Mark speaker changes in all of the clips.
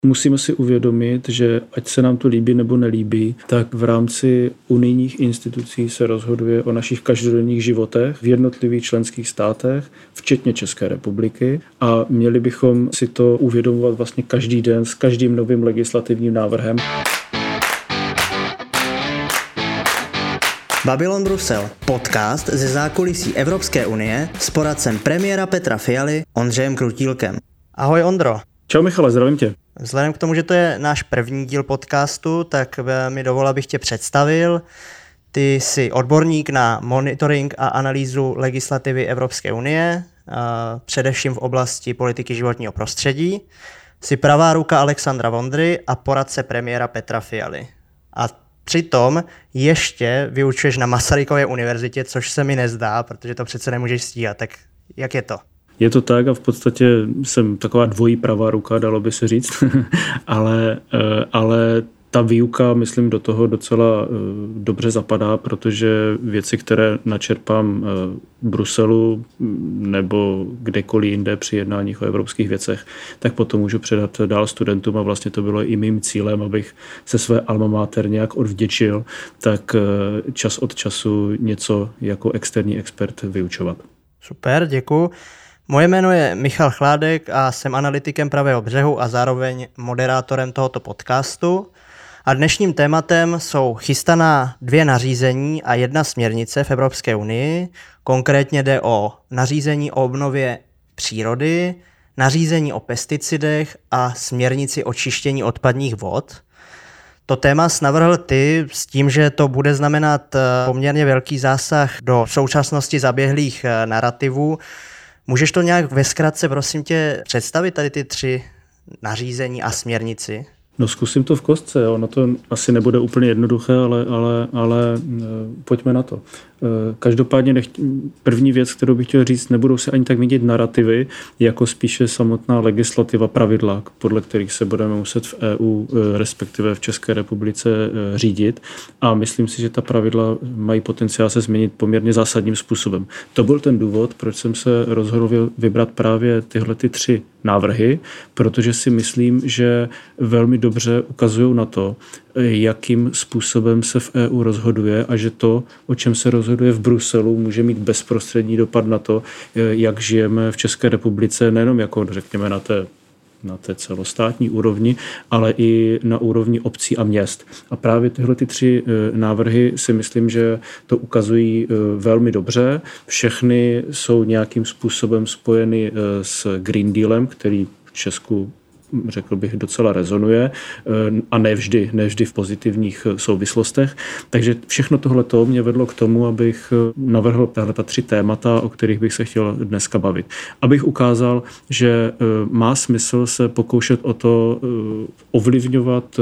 Speaker 1: Musíme si uvědomit, že ať se nám to líbí nebo nelíbí, tak v rámci unijních institucí se rozhoduje o našich každodenních životech v jednotlivých členských státech, včetně České republiky, a měli bychom si to uvědomovat vlastně každý den s každým novým legislativním návrhem.
Speaker 2: Babylon Brusel, podcast ze zákulisí Evropské unie s poradcem premiéra Petra Fialy Ondřejem Krutílkem. Ahoj Ondro.
Speaker 1: Čau Michale, zdravím tě.
Speaker 2: Vzhledem k tomu, že to je náš první díl podcastu, tak mi dovol, abych tě představil. Ty jsi odborník na monitoring a analýzu legislativy Evropské unie, především v oblasti politiky životního prostředí. Jsi pravá ruka Alexandra Vondry a poradce premiéra Petra Fialy. A přitom ještě vyučuješ na Masarykově univerzitě, což se mi nezdá, protože to přece nemůžeš stíhat. Tak jak je to?
Speaker 1: Je to tak a v podstatě jsem taková dvojí pravá ruka, dalo by se říct, ale ta výuka, myslím, do toho docela dobře zapadá, protože věci, které načerpám v Bruselu nebo kdekoliv jinde při jednáních o evropských věcech, tak potom můžu předat dál studentům a vlastně to bylo i mým cílem, abych se své alma mater nějak odvděčil, tak čas od času něco jako externí expert vyučovat.
Speaker 2: Super, děkuji. Moje jméno je Michal Chládek a jsem analytikem Pravého břehu a zároveň moderátorem tohoto podcastu. A dnešním tématem jsou chystaná 2 nařízení a 1 směrnice v Evropské unii. Konkrétně jde o nařízení o obnově přírody, nařízení o pesticidech a směrnici o čištění odpadních vod. To téma jsi navrhl ty s tím, že to bude znamenat poměrně velký zásah do v současnosti zaběhlých narativů. Můžeš to nějak ve zkratce, prosím tě, představit tady ty 3 nařízení a směrnici?
Speaker 1: No zkusím to v kostce, ono to asi nebude úplně jednoduché, ale pojďme na to. Každopádně první věc, kterou bych chtěl říct, nebudou se ani tak měnit narativy, jako spíše samotná legislativa, pravidla, podle kterých se budeme muset v EU, respektive v České republice řídit. A myslím si, že ta pravidla mají potenciál se změnit poměrně zásadním způsobem. To byl ten důvod, proč jsem se rozhodl vybrat právě tyhle 3 návrhy, protože si myslím, že velmi dobře ukazují na to, jakým způsobem se v EU rozhoduje a že to, o čem se rozhoduje v Bruselu, může mít bezprostřední dopad na to, jak žijeme v České republice, nejenom jako řekněme na té celostátní úrovni, ale i na úrovni obcí a měst. A právě tyhle 3 návrhy si myslím, že to ukazují velmi dobře. Všechny jsou nějakým způsobem spojeny s Green Dealem, který v Česku řekl bych, docela rezonuje a nevždy v pozitivních souvislostech. Takže všechno tohleto mě vedlo k tomu, abych navrhl tato 3 témata, o kterých bych se chtěl dneska bavit. Abych ukázal, že má smysl se pokoušet o to ovlivňovat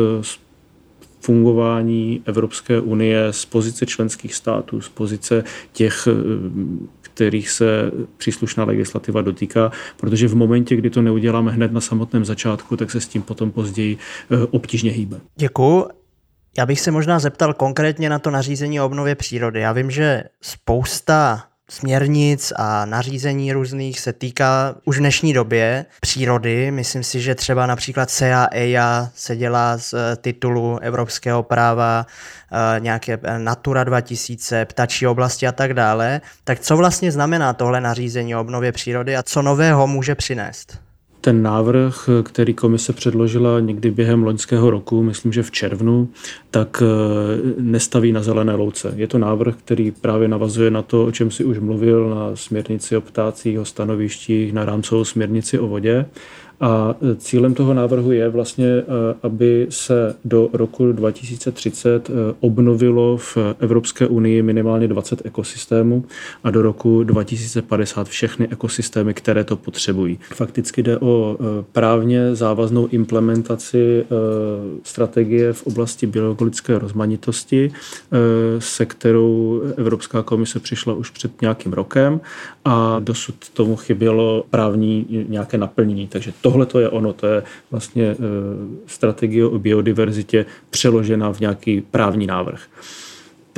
Speaker 1: fungování Evropské unie z pozice členských států, z pozice těch, kterých se příslušná legislativa dotýká, protože v momentě, kdy to neuděláme hned na samotném začátku, tak se s tím potom později obtížně hýbe.
Speaker 2: Děkuju. Já bych se možná zeptal konkrétně na to nařízení o obnově přírody. Já vím, že spousta směrnic a nařízení různých se týká už v dnešní době přírody. Myslím si, že třeba například SEA, EIA se dělá z titulu evropského práva, nějaké Natura 2000, ptačí oblasti a tak dále. Tak co vlastně znamená tohle nařízení o obnově přírody a co nového může přinést?
Speaker 1: Ten návrh, který komise předložila někdy během loňského roku, myslím, že v červnu, tak nestaví na zelené louce. Je to návrh, který právě navazuje na to, o čem si už mluvil, na směrnici o ptácích, o stanovištích, na rámcovou směrnici o vodě. A cílem toho návrhu je vlastně, aby se do roku 2030 obnovilo v Evropské unii minimálně 20 ekosystémů a do roku 2050 všechny ekosystémy, které to potřebují. Fakticky jde o právně závaznou implementaci strategie v oblasti biologické rozmanitosti, se kterou Evropská komise přišla už před nějakým rokem a dosud tomu chybělo právní nějaké naplnění. Takže tohle to je ono, to je vlastně strategie o biodiverzitě přeložená v nějaký právní návrh.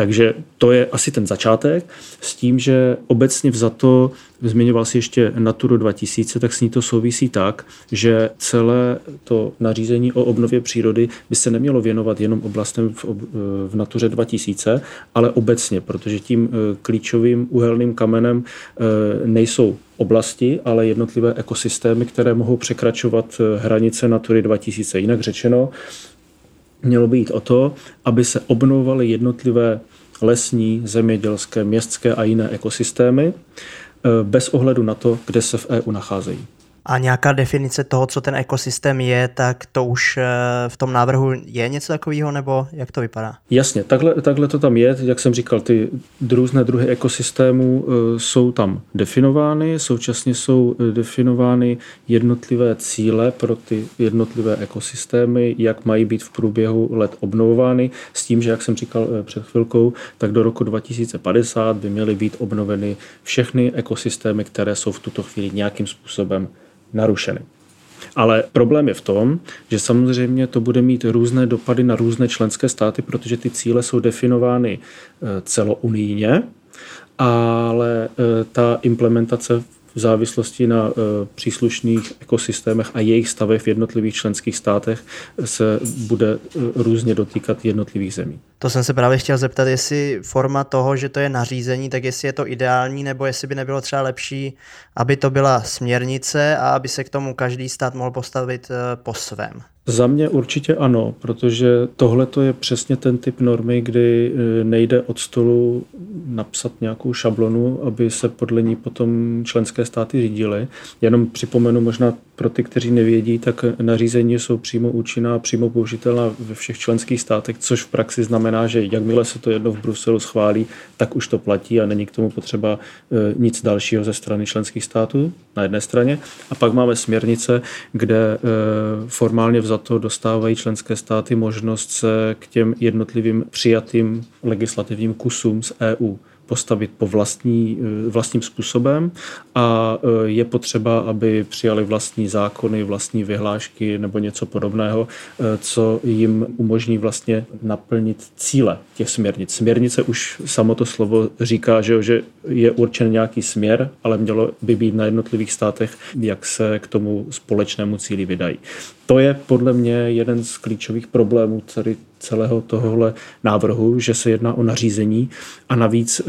Speaker 1: Takže to je asi ten začátek s tím, že obecně vzato, zmiňoval si ještě Naturu 2000, tak s ní to souvisí tak, že celé to nařízení o obnově přírody by se nemělo věnovat jenom oblastem v Natuře 2000, ale obecně, protože tím klíčovým úhelným kamenem nejsou oblasti, ale jednotlivé ekosystémy, které mohou překračovat hranice Natury 2000. Jinak řečeno, mělo by jít o to, aby se obnovovaly jednotlivé lesní, zemědělské, městské a jiné ekosystémy bez ohledu na to, kde se v EU nacházejí.
Speaker 2: A nějaká definice toho, co ten ekosystém je, tak to už v tom návrhu je něco takového, nebo jak to vypadá?
Speaker 1: Jasně, takhle to tam je. Jak jsem říkal, ty různé druhy ekosystémů jsou tam definovány, současně jsou definovány jednotlivé cíle pro ty jednotlivé ekosystémy, jak mají být v průběhu let obnovovány, s tím, že, jak jsem říkal před chvilkou, tak do roku 2050 by měly být obnoveny všechny ekosystémy, které jsou v tuto chvíli nějakým způsobem narušeny. Ale problém je v tom, že samozřejmě to bude mít různé dopady na různé členské státy, protože ty cíle jsou definovány celounijně, ale ta implementace v závislosti na příslušných ekosystémech a jejich stavech v jednotlivých členských státech se bude různě dotýkat jednotlivých zemí.
Speaker 2: To jsem se právě chtěl zeptat, jestli forma toho, že to je nařízení, tak jestli je to ideální, nebo jestli by nebylo třeba lepší, aby to byla směrnice a aby se k tomu každý stát mohl postavit po svém.
Speaker 1: Za mě určitě ano, protože tohle to je přesně ten typ normy, kdy nejde od stolu napsat nějakou šablonu, aby se podle ní potom členské státy řídily. Jenom připomenu možná pro ty, kteří nevědí, tak nařízení jsou přímo účinná a přímo použitelná ve všech členských státech, což v praxi znamená, že jakmile se to jedno v Bruselu schválí, tak už to platí a není k tomu potřeba nic dalšího ze strany členských států na jedné straně. A pak máme směrnice, kde formálně vzato dostávají členské státy možnost se k těm jednotlivým přijatým legislativním kusům z EU postavit po vlastním způsobem a je potřeba, aby přijali vlastní zákony, vlastní vyhlášky nebo něco podobného, co jim umožní vlastně naplnit cíle těch směrnic. Směrnice už samo to slovo říká, že je určen nějaký směr, ale mělo by být na jednotlivých státech, jak se k tomu společnému cíli vydají. To je podle mě jeden z klíčových problémů celého tohohle návrhu, že se jedná o nařízení a navíc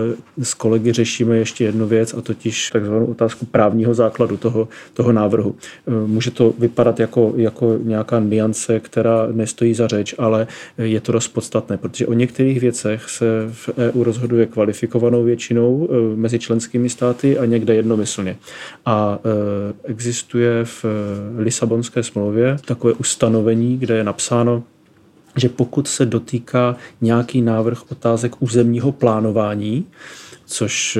Speaker 1: s kolegy řešíme ještě jednu věc a totiž takzvanou otázku právního základu toho návrhu. Může to vypadat jako nějaká nuance, která nestojí za řeč, ale je to dost podstatné, protože o některých věcech se v EU rozhoduje kvalifikovanou většinou mezi členskými státy a někde jednomyslně. A existuje v Lisabonské smlouvě takové ustanovení, kde je napsáno, že pokud se dotýká nějaký návrh otázek územního plánování, což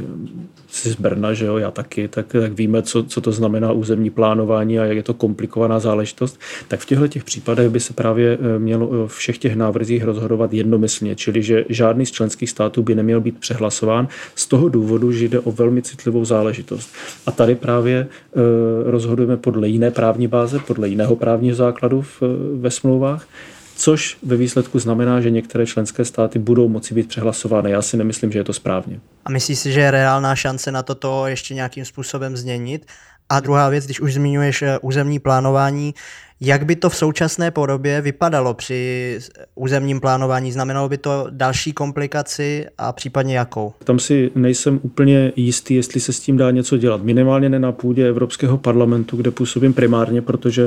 Speaker 1: jsi z Brna, že jo, já taky, tak víme, co to znamená územní plánování a jak je to komplikovaná záležitost, tak v těchto případech by se právě mělo o všech těch návrzích rozhodovat jednomyslně, čili že žádný z členských států by neměl být přehlasován z toho důvodu, že jde o velmi citlivou záležitost. A tady právě rozhodujeme podle jiné právní báze, podle jiného právního základu ve smlouvách, což ve výsledku znamená, že některé členské státy budou moci být přehlasovány. Já si nemyslím, že je to správně.
Speaker 2: A myslíš si, že je reálná šance na toto ještě nějakým způsobem změnit? A druhá věc, když už zmiňuješ územní plánování, jak by to v současné podobě vypadalo při územním plánování? Znamenalo by to další komplikaci a případně jakou? Tam
Speaker 1: si nejsem úplně jistý, jestli se s tím dá něco dělat. Minimálně ne na půdě Evropského parlamentu, kde působím primárně, protože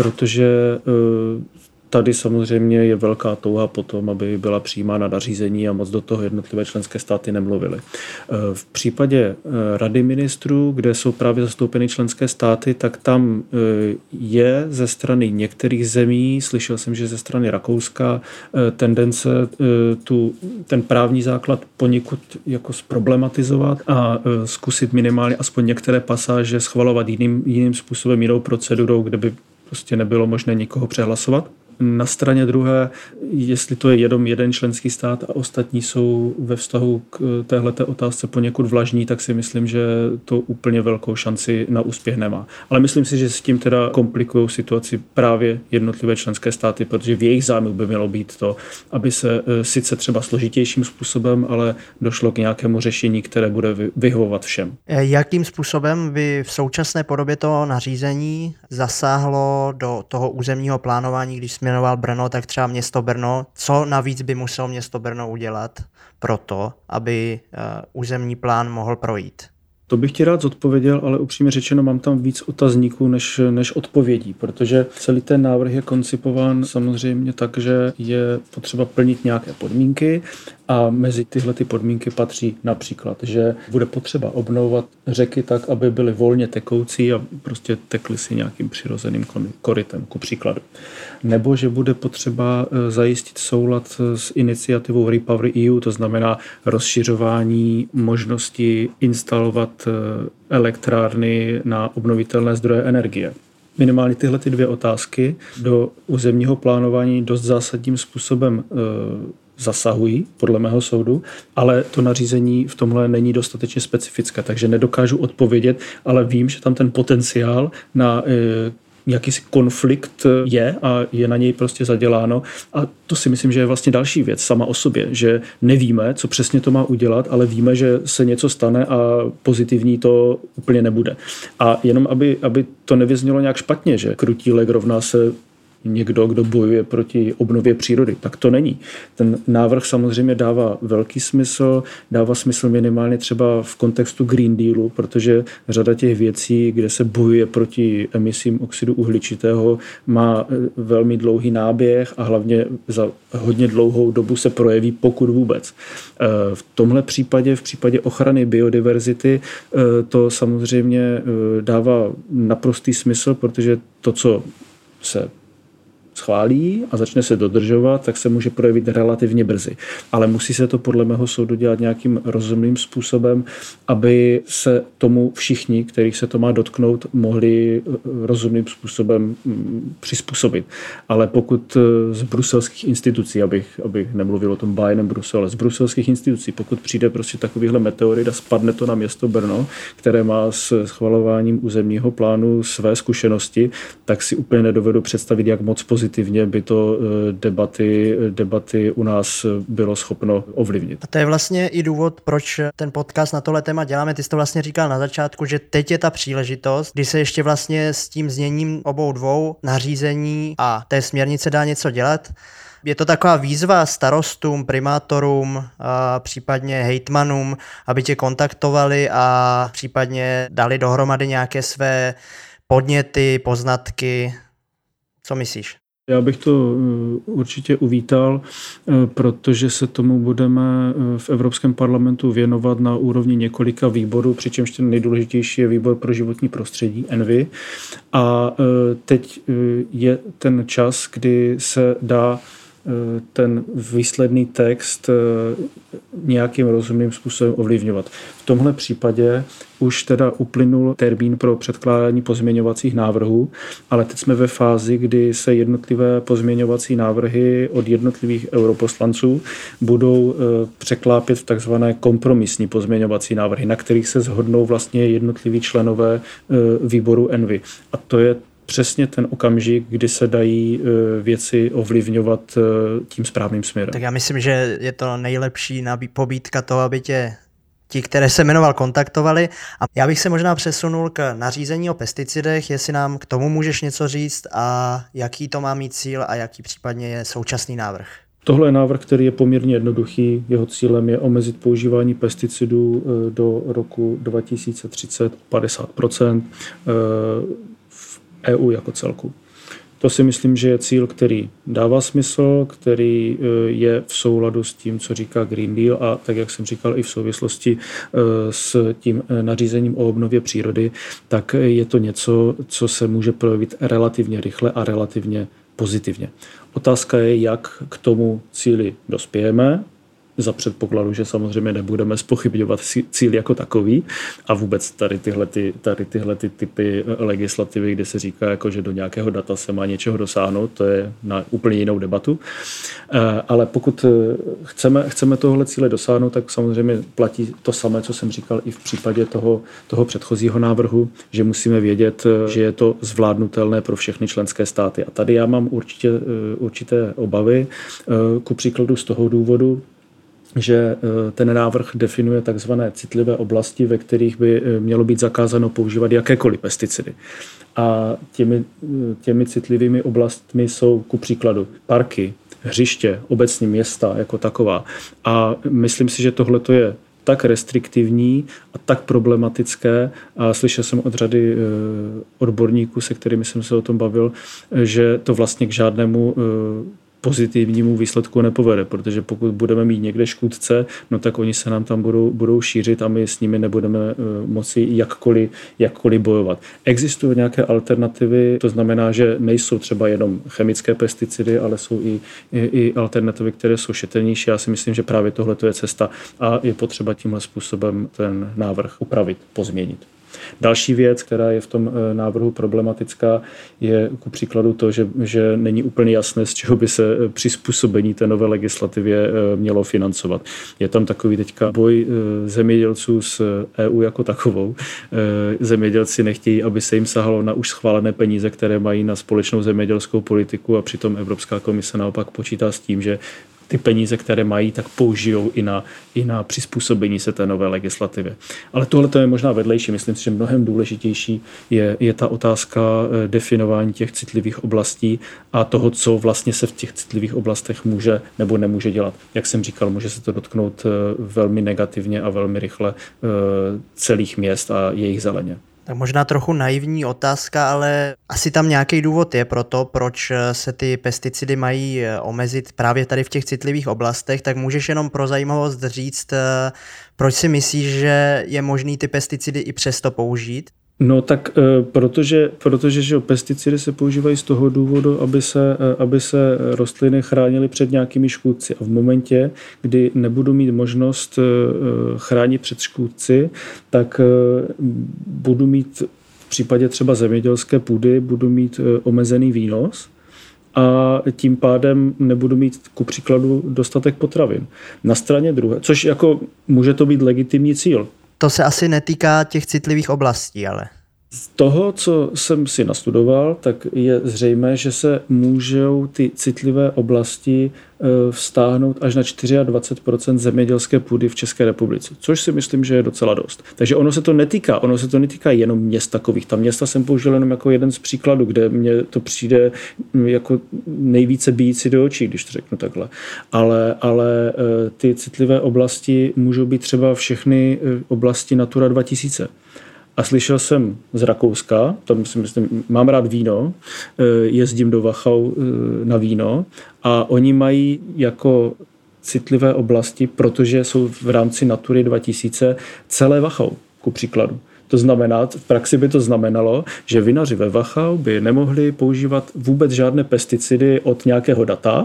Speaker 1: tady samozřejmě je velká touha potom, aby byla přijímána nařízení a moc do toho jednotlivé členské státy nemluvily. V případě Rady ministrů, kde jsou právě zastoupeny členské státy, tak tam je ze strany některých zemí, slyšel jsem, že ze strany Rakouska, tendence ten právní základ poněkud jako zproblematizovat a zkusit minimálně aspoň některé pasáže schvalovat jiným způsobem, jinou procedurou, kde by prostě nebylo možné nikoho přehlasovat. na straně druhé, jestli to je jenom jeden členský stát a ostatní jsou ve vztahu k téhleté otázce poněkud vlažní, tak si myslím, že to úplně velkou šanci na úspěch nemá. Ale myslím si, že s tím teda komplikují situaci právě jednotlivé členské státy, protože v jejich zájmu by mělo být to, aby se sice třeba složitějším způsobem, ale došlo k nějakému řešení, které bude vyhovovat všem.
Speaker 2: Jakým způsobem by v současné podobě toho nařízení zasáhlo do toho územního plánování, když jmenoval Brno, tak třeba město Brno, co navíc by muselo město Brno udělat pro to, aby územní plán mohl projít?
Speaker 1: To bych ti rád zodpověděl, ale upřímně řečeno mám tam víc otazníků než odpovědí, protože celý ten návrh je koncipován samozřejmě tak, že je potřeba plnit nějaké podmínky a mezi tyhle ty podmínky patří například, že bude potřeba obnovovat řeky tak, aby byly volně tekoucí a prostě tekly si nějakým přirozeným korytem, ku příkladu. Nebo že bude potřeba zajistit soulad s iniciativou Repower EU, to znamená rozšiřování možnosti instalovat elektrárny na obnovitelné zdroje energie. Minimálně tyhle ty dvě otázky do územního plánování dost zásadním způsobem zasahují, podle mého soudu, ale to nařízení v tomhle není dostatečně specifické, takže nedokážu odpovědět, ale vím, že tam ten potenciál na jakýsi konflikt je a je na něj prostě zaděláno. A to si myslím, že je vlastně další věc sama o sobě, že nevíme, co přesně to má udělat, ale víme, že se něco stane a pozitivní to úplně nebude. A jenom, aby to nevyznělo nějak špatně, že krutílek rovná se někdo, kdo bojuje proti obnově přírody. Tak to není. Ten návrh samozřejmě dává velký smysl, dává smysl minimálně třeba v kontextu Green Dealu, protože řada těch věcí, kde se bojuje proti emisím oxidu uhličitého, má velmi dlouhý náběh a hlavně za hodně dlouhou dobu se projeví, pokud vůbec. V tomhle případě, v případě ochrany biodiverzity, to samozřejmě dává naprostý smysl, protože to, co se schválí a začne se dodržovat, tak se může projevit relativně brzy. Ale musí se to podle mého soudu dělat nějakým rozumným způsobem, aby se tomu všichni, kterých se to má dotknout, mohli rozumným způsobem přizpůsobit. Ale pokud z bruselských institucí, abych nemluvil o tom Bayernem Bruselu, ale z bruselských institucí, pokud přijde prostě takovýhle meteorit a spadne to na město Brno, které má s schvalováním územního plánu své zkušenosti, tak si úplně nedovedu představit, jak moc pozitivně by to debaty u nás bylo schopno ovlivnit.
Speaker 2: A to je vlastně i důvod, proč ten podcast na tohle téma děláme. Ty jsi to vlastně říkal na začátku, že teď je ta příležitost, kdy se ještě vlastně s tím zněním obou dvou nařízení a té směrnice dá něco dělat. Je to taková výzva starostům, primátorům, a případně hejtmanům, aby tě kontaktovali a případně dali dohromady nějaké své podněty, poznatky. Co myslíš?
Speaker 1: Já bych to určitě uvítal, protože se tomu budeme v Evropském parlamentu věnovat na úrovni několika výborů, přičemž ten nejdůležitější je výbor pro životní prostředí, ENVI. A teď je ten čas, kdy se dá ten výsledný text nějakým rozumným způsobem ovlivňovat. V tomhle případě už teda uplynul termín pro předkládání pozměňovacích návrhů, ale teď jsme ve fázi, kdy se jednotlivé pozměňovací návrhy od jednotlivých europoslanců budou překlápět v takzvané kompromisní pozměňovací návrhy, na kterých se shodnou vlastně jednotliví členové výboru ENVI. A to je přesně ten okamžik, kdy se dají věci ovlivňovat tím správným směrem.
Speaker 2: Tak já myslím, že je to nejlepší pobídka toho, aby tě ti, které se jmenoval, kontaktovali. A já bych se možná přesunul k nařízení o pesticidech, jestli nám k tomu můžeš něco říct a jaký to má mít cíl a jaký případně je současný návrh.
Speaker 1: Tohle je návrh, který je poměrně jednoduchý. Jeho cílem je omezit používání pesticidů do roku 2030 50% v EU jako celku. To si myslím, že je cíl, který dává smysl, který je v souladu s tím, co říká Green Deal a tak, jak jsem říkal, i v souvislosti s tím nařízením o obnově přírody, tak je to něco, co se může projevit relativně rychle a relativně pozitivně. Otázka je, jak k tomu cíli dospějeme. za předpokladu, že samozřejmě nebudeme zpochybňovat cíl jako takový a vůbec tady tyhle typy legislativy, kde se říká, jako, že do nějakého data se má něčeho dosáhnout, to je na úplně jinou debatu. Ale pokud chceme tohle cíle dosáhnout, tak samozřejmě platí to samé, co jsem říkal i v případě toho předchozího návrhu, že musíme vědět, že je to zvládnutelné pro všechny členské státy. A tady já mám určité obavy, ku příkladu z toho důvodu, že ten návrh definuje takzvané citlivé oblasti, ve kterých by mělo být zakázáno používat jakékoliv pesticidy. A těmi citlivými oblastmi jsou ku příkladu parky, hřiště, obecní města jako taková. A myslím si, že tohle je tak restriktivní a tak problematické a slyšel jsem od řady odborníků, se kterými jsem se o tom bavil, že to vlastně k žádnému pozitivnímu výsledku nepovede, protože pokud budeme mít někde škůdce, no tak oni se nám tam budou šířit a my s nimi nebudeme moci jakkoliv bojovat. Existují nějaké alternativy, to znamená, že nejsou třeba jenom chemické pesticidy, ale jsou i alternativy, které jsou šetrnější. Já si myslím, že právě tohle je cesta a je potřeba tímhle způsobem ten návrh upravit, pozměnit. Další věc, která je v tom návrhu problematická, je ku příkladu to, že není úplně jasné, z čeho by se přizpůsobení té nové legislativě mělo financovat. Je tam takový teďka boj zemědělců s EU jako takovou. Zemědělci nechtějí, aby se jim sahalo na už schválené peníze, které mají na společnou zemědělskou politiku a přitom Evropská komise naopak počítá s tím, že ty peníze, které mají, tak použijou i na přizpůsobení se té nové legislativě. Ale tohle je možná vedlejší. Myslím si, že mnohem důležitější je ta otázka definování těch citlivých oblastí a toho, co vlastně se v těch citlivých oblastech může nebo nemůže dělat. Jak jsem říkal, může se to dotknout velmi negativně a velmi rychle celých měst a jejich zeleně.
Speaker 2: Tak možná trochu naivní otázka, ale asi tam nějaký důvod je pro to, proč se ty pesticidy mají omezit právě tady v těch citlivých oblastech, tak můžeš jenom pro zajímavost říct, proč si myslíš, že je možný ty pesticidy i přesto použít?
Speaker 1: No tak protože že pesticidy se používají z toho důvodu, aby se rostliny chránily před nějakými škůdci. A v momentě, kdy nebudu mít možnost chránit před škůdci, tak budu mít v případě třeba zemědělské půdy, budu mít omezený výnos a tím pádem nebudu mít ku příkladu dostatek potravin. Na straně druhé, což jako může to být legitimní cíl.
Speaker 2: To se asi netýká těch citlivých oblastí, ale...
Speaker 1: Z toho, co jsem si nastudoval, tak je zřejmé, že se můžou ty citlivé oblasti vztáhnout až na 24% zemědělské půdy v České republice, což si myslím, že je docela dost. Takže ono se to netýká jenom měst takových. Ta města jsem použil jenom jako jeden z příkladů, kde mně to přijde jako nejvíce bijící do očí, když to řeknu takhle. Ale ty citlivé oblasti můžou být třeba všechny oblasti Natura 2000. A slyšel jsem z Rakouska, tam si myslím, mám rád víno, jezdím do Wachau na víno a oni mají jako citlivé oblasti, protože jsou v rámci Natury 2000 celé Wachau, ku příkladu. To znamená, v praxi by to znamenalo, že vinaři ve Wachau by nemohli používat vůbec žádné pesticidy od nějakého data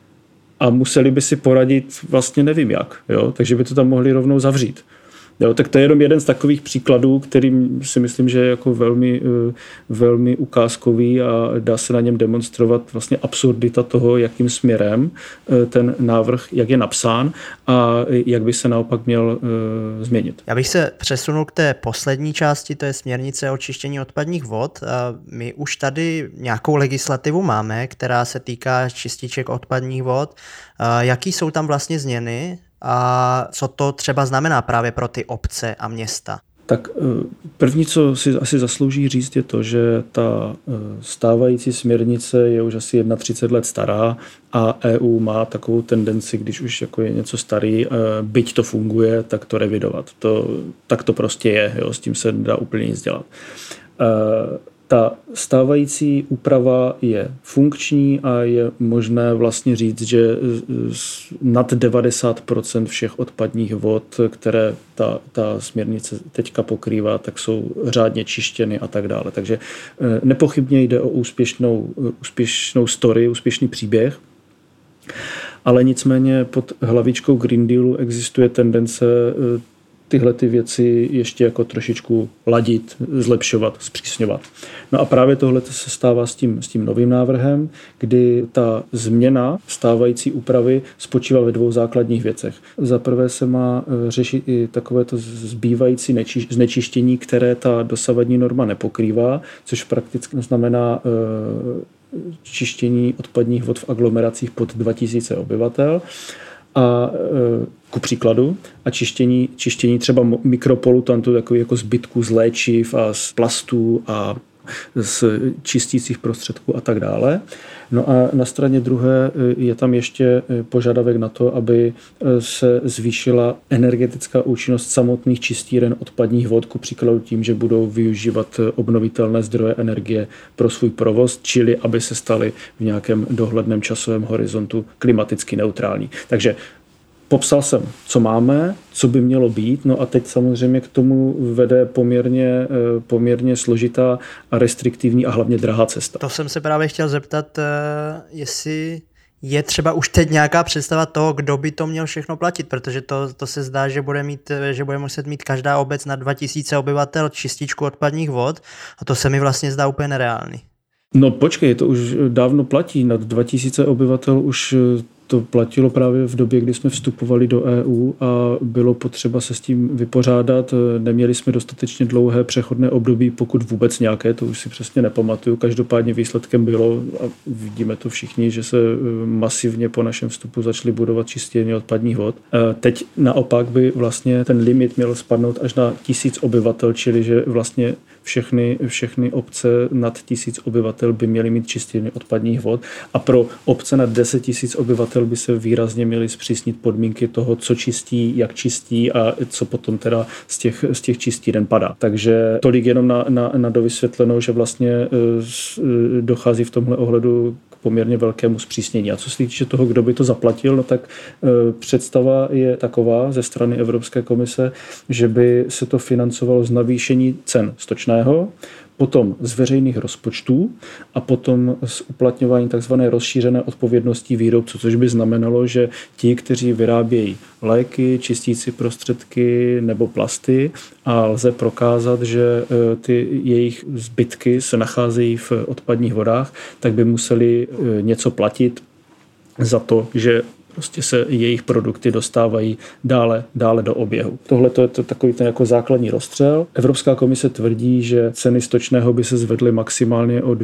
Speaker 1: a museli by si poradit vlastně nevím jak. Jo? Takže by to tam mohli rovnou zavřít. Jo, tak to je jenom jeden z takových příkladů, kterým si myslím, že je jako velmi, velmi ukázkový a dá se na něm demonstrovat vlastně absurdita toho, jakým směrem ten návrh, jak je napsán a jak by se naopak měl změnit.
Speaker 2: Já bych se přesunul k té poslední části, to je směrnice o čištění odpadních vod. My už tady nějakou legislativu máme, která se týká čističek odpadních vod. Jaký jsou tam vlastně změny? A co to třeba znamená právě pro ty obce a města?
Speaker 1: Tak první, co si asi zaslouží říct, je to, že ta stávající směrnice je už asi 31 let stará a EU má takovou tendenci, když už jako je něco starý, byť to funguje, tak to revidovat. Tak to prostě je, jo, s tím se nedá úplně nic dělat. Ta stávající úprava je funkční a je možné vlastně říct, že nad 90% všech odpadních vod, které ta směrnice teďka pokrývá, tak jsou řádně čištěny a tak dále. Takže nepochybně jde o úspěšnou story, úspěšný příběh. ale nicméně pod hlavičkou Green Dealu existuje tendence tyhle ty věci ještě jako trošičku ladit, zlepšovat, zpřísňovat. No a právě tohle se stává s tím novým návrhem, kdy ta změna stávající úpravy spočívá ve dvou základních věcech. Za prvé se má řešit i takovéto zbývající znečištění, které ta dosavadní norma nepokrývá, což prakticky znamená čištění odpadních vod v aglomeracích pod 2000 obyvatel. A ku příkladu a čištění třeba mikropolutantů, takových jako zbytků z léčiv a z plastů a z čistících prostředků a tak dále. No a na straně druhé je tam ještě požadavek na to, aby se zvýšila energetická účinnost samotných čistíren odpadních vod, ku příkladu tím, že budou využívat obnovitelné zdroje energie pro svůj provoz, čili aby se staly v nějakém dohledném časovém horizontu klimaticky neutrální. Takže popsal jsem, co máme, co by mělo být, no a teď samozřejmě k tomu vede poměrně složitá a restriktivní a hlavně drahá cesta.
Speaker 2: To jsem se právě chtěl zeptat, jestli je třeba už teď nějaká představa toho, kdo by to měl všechno platit, protože to se zdá, že bude muset mít každá obec na 2000 obyvatel čističku odpadních vod a to se mi vlastně zdá úplně nereálný.
Speaker 1: No počkej, to už dávno platí, nad 2000 obyvatel už to platilo právě v době, kdy jsme vstupovali do EU a bylo potřeba se s tím vypořádat. Neměli jsme dostatečně dlouhé přechodné období, pokud vůbec nějaké, to už si přesně nepamatuju. Každopádně výsledkem bylo, a vidíme to všichni, že se masivně po našem vstupu začaly budovat čistírny odpadních vod. Teď naopak by vlastně ten limit měl spadnout až na 1000 obyvatel, čili že vlastně všechny obce nad 1000 obyvatel by měly mít čistírny odpadních vod a pro obce nad 10 000 obyvatel by se výrazně měly zpřísnit podmínky toho, co čistí, jak čistí a co potom teda z těch čistíren padá. Takže tolik jenom na dovysvětlenou, že vlastně dochází v tomhle ohledu k poměrně velkému zpřísnění. A co se týče toho, kdo by to zaplatil, no tak představa je taková ze strany Evropské komise, že by se to financovalo z navýšení cen stočného, potom z veřejných rozpočtů a potom z uplatňování tzv. Rozšířené odpovědnosti výrobců, což by znamenalo, že ti, kteří vyrábějí léky, čistící prostředky nebo plasty a lze prokázat, že ty jejich zbytky se nacházejí v odpadních vodách, tak by museli něco platit za to, že prostě se jejich produkty dostávají dále do oběhu. Tohle to je takový ten jako základní rozstřel. Evropská komise tvrdí, že ceny stočného by se zvedly maximálně o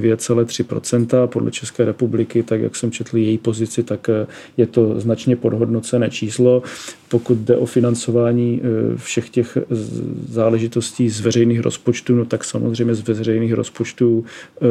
Speaker 1: 2,3%. Podle České republiky, tak jak jsem četl její pozici, tak je to značně podhodnocené číslo. Pokud jde o financování všech těch záležitostí z veřejných rozpočtů, no tak samozřejmě z veřejných rozpočtů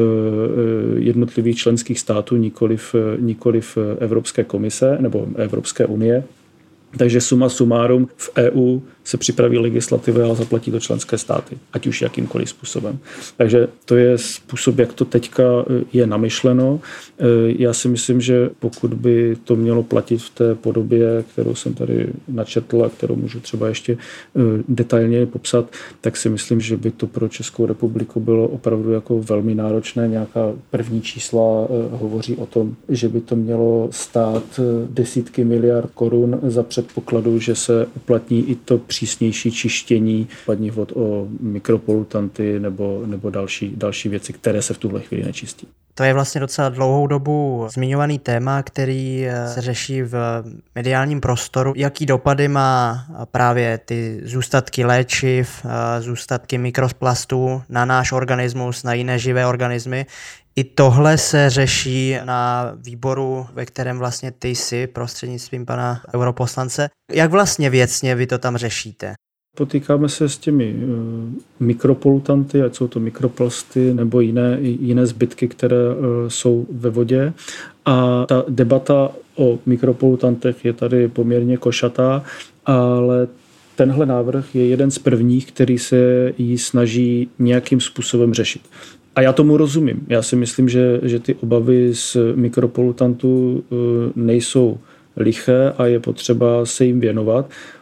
Speaker 1: jednotlivých členských států, nikoliv Evropské komise nebo Evropské unie. Takže suma sumárum v EU se připraví legislativa a zaplatí to členské státy, ať už jakýmkoliv způsobem. Takže to je způsob, jak to teďka je namyšleno. Já si myslím, že pokud by to mělo platit v té podobě, kterou jsem tady načetl a kterou můžu třeba ještě detailně popsat, tak si myslím, že by to pro Českou republiku bylo opravdu jako velmi náročné. Nějaká první čísla hovoří o tom, že by to mělo stát desítky miliard korun za předpokladu, že se uplatní i to přísnější čištění odpadních vod o mikropolutanty nebo další věci, které se v tuhle chvíli nečistí.
Speaker 2: To je vlastně docela dlouhou dobu zmiňovaný téma, který se řeší v mediálním prostoru. Jaký dopady má právě ty zůstatky léčiv, zůstatky mikroplastů na náš organismus, na jiné živé organismy? I tohle se řeší na výboru, ve kterém vlastně ty jsi prostřednictvím pana europoslance. Jak vlastně věcně vy to tam řešíte?
Speaker 1: Potýkáme se s těmi mikropolutanty, ať jsou to mikroplasty nebo jiné zbytky, které jsou ve vodě. A ta debata o mikropolutantech je tady poměrně košatá, ale tenhle návrh je jeden z prvních, který se ji snaží nějakým způsobem řešit. A já tomu rozumím. Já si myslím, že ty obavy z mikropolutantů nejsou liché a je potřeba se jim věnovat.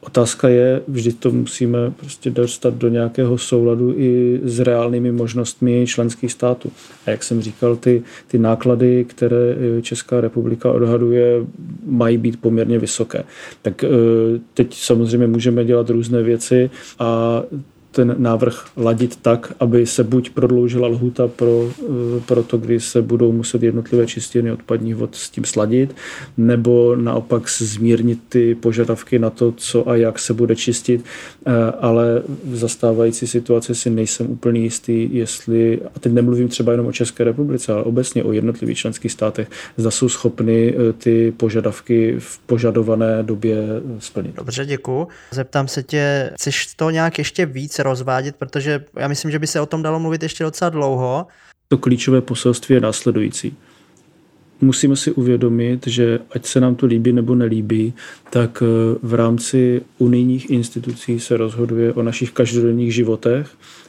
Speaker 1: Otázka je, vždy to musíme prostě dostat do nějakého souladu i s reálnými možnostmi členských států. A jak jsem říkal, ty náklady, které Česká republika odhaduje, mají být poměrně vysoké. Tak teď samozřejmě můžeme dělat různé věci a ten návrh ladit tak, aby se buď prodloužila lhůta pro to, kdy se budou muset jednotlivé čistírny odpadních vod s tím sladit, nebo naopak zmírnit ty požadavky na to, co a jak se bude čistit, ale v zastávající situaci si nejsem úplně jistý, jestli, a teď nemluvím třeba jenom o České republice, ale obecně o jednotlivých členských státech, zda jsou schopny ty požadavky v požadované době splnit.
Speaker 2: Dobře, děkuju. Zeptám se tě, chceš to nějak ještě víc rozvádět, protože já myslím, že by se o tom dalo mluvit ještě docela dlouho.
Speaker 1: To klíčové poselství je následující. Musíme si uvědomit, že ať se nám to líbí nebo nelíbí, tak v rámci unijních institucí se rozhoduje o našich každodenních životech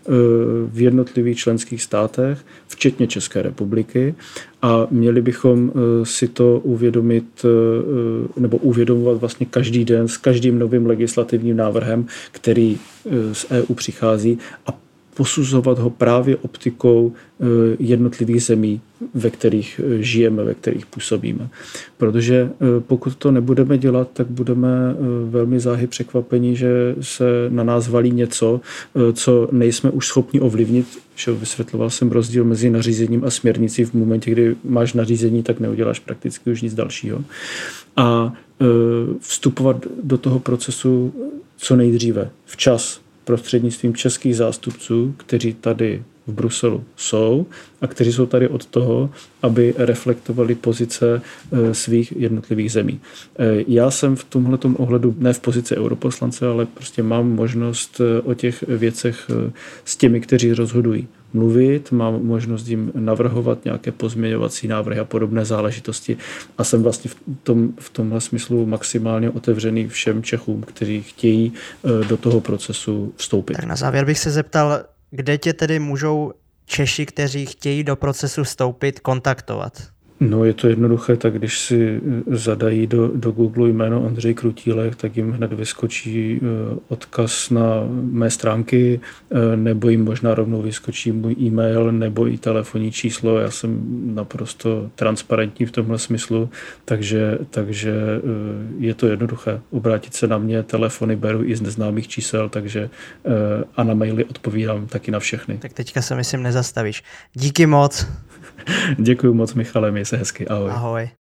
Speaker 1: v jednotlivých členských státech, včetně České republiky, a měli bychom si to uvědomit nebo uvědomovat vlastně každý den s každým novým legislativním návrhem, který z EU přichází, a posuzovat ho právě optikou jednotlivých zemí, ve kterých žijeme, ve kterých působíme. Protože pokud to nebudeme dělat, tak budeme velmi záhy překvapeni, že se na nás valí něco, co nejsme už schopni ovlivnit. Vysvětloval jsem rozdíl mezi nařízením a směrnicí. V momentě, kdy máš nařízení, tak neuděláš prakticky už nic dalšího. A vstupovat do toho procesu co nejdříve, včas, prostřednictvím českých zástupců, kteří tady v Bruselu jsou a kteří jsou tady od toho, aby reflektovali pozice svých jednotlivých zemí. Já jsem v tomhletom ohledu ne v pozici europoslance, ale prostě mám možnost o těch věcech s těmi, kteří rozhodují, mluvit, mám možnost jim navrhovat nějaké pozměňovací návrhy a podobné záležitosti a jsem vlastně v tomhle smyslu maximálně otevřený všem Čechům, kteří chtějí do toho procesu vstoupit.
Speaker 2: Tak na závěr bych se zeptal, kde tě tedy můžou Češi, kteří chtějí do procesu vstoupit, kontaktovat?
Speaker 1: No, je to jednoduché, tak když si zadají do Google jméno Ondřej Krutílek, tak jim hned vyskočí odkaz na mé stránky, nebo jim možná rovnou vyskočí můj e-mail nebo i telefonní číslo. Já jsem naprosto transparentní v tomhle smyslu, takže je to jednoduché. Obrátit se na mě, telefony beru i z neznámých čísel, takže a na maily odpovídám taky na všechny.
Speaker 2: Tak teďka se myslím nezastavíš. Díky moc.
Speaker 1: Děkuji moc, Michale, měj se hezky. Ahoj.
Speaker 2: Ahoj.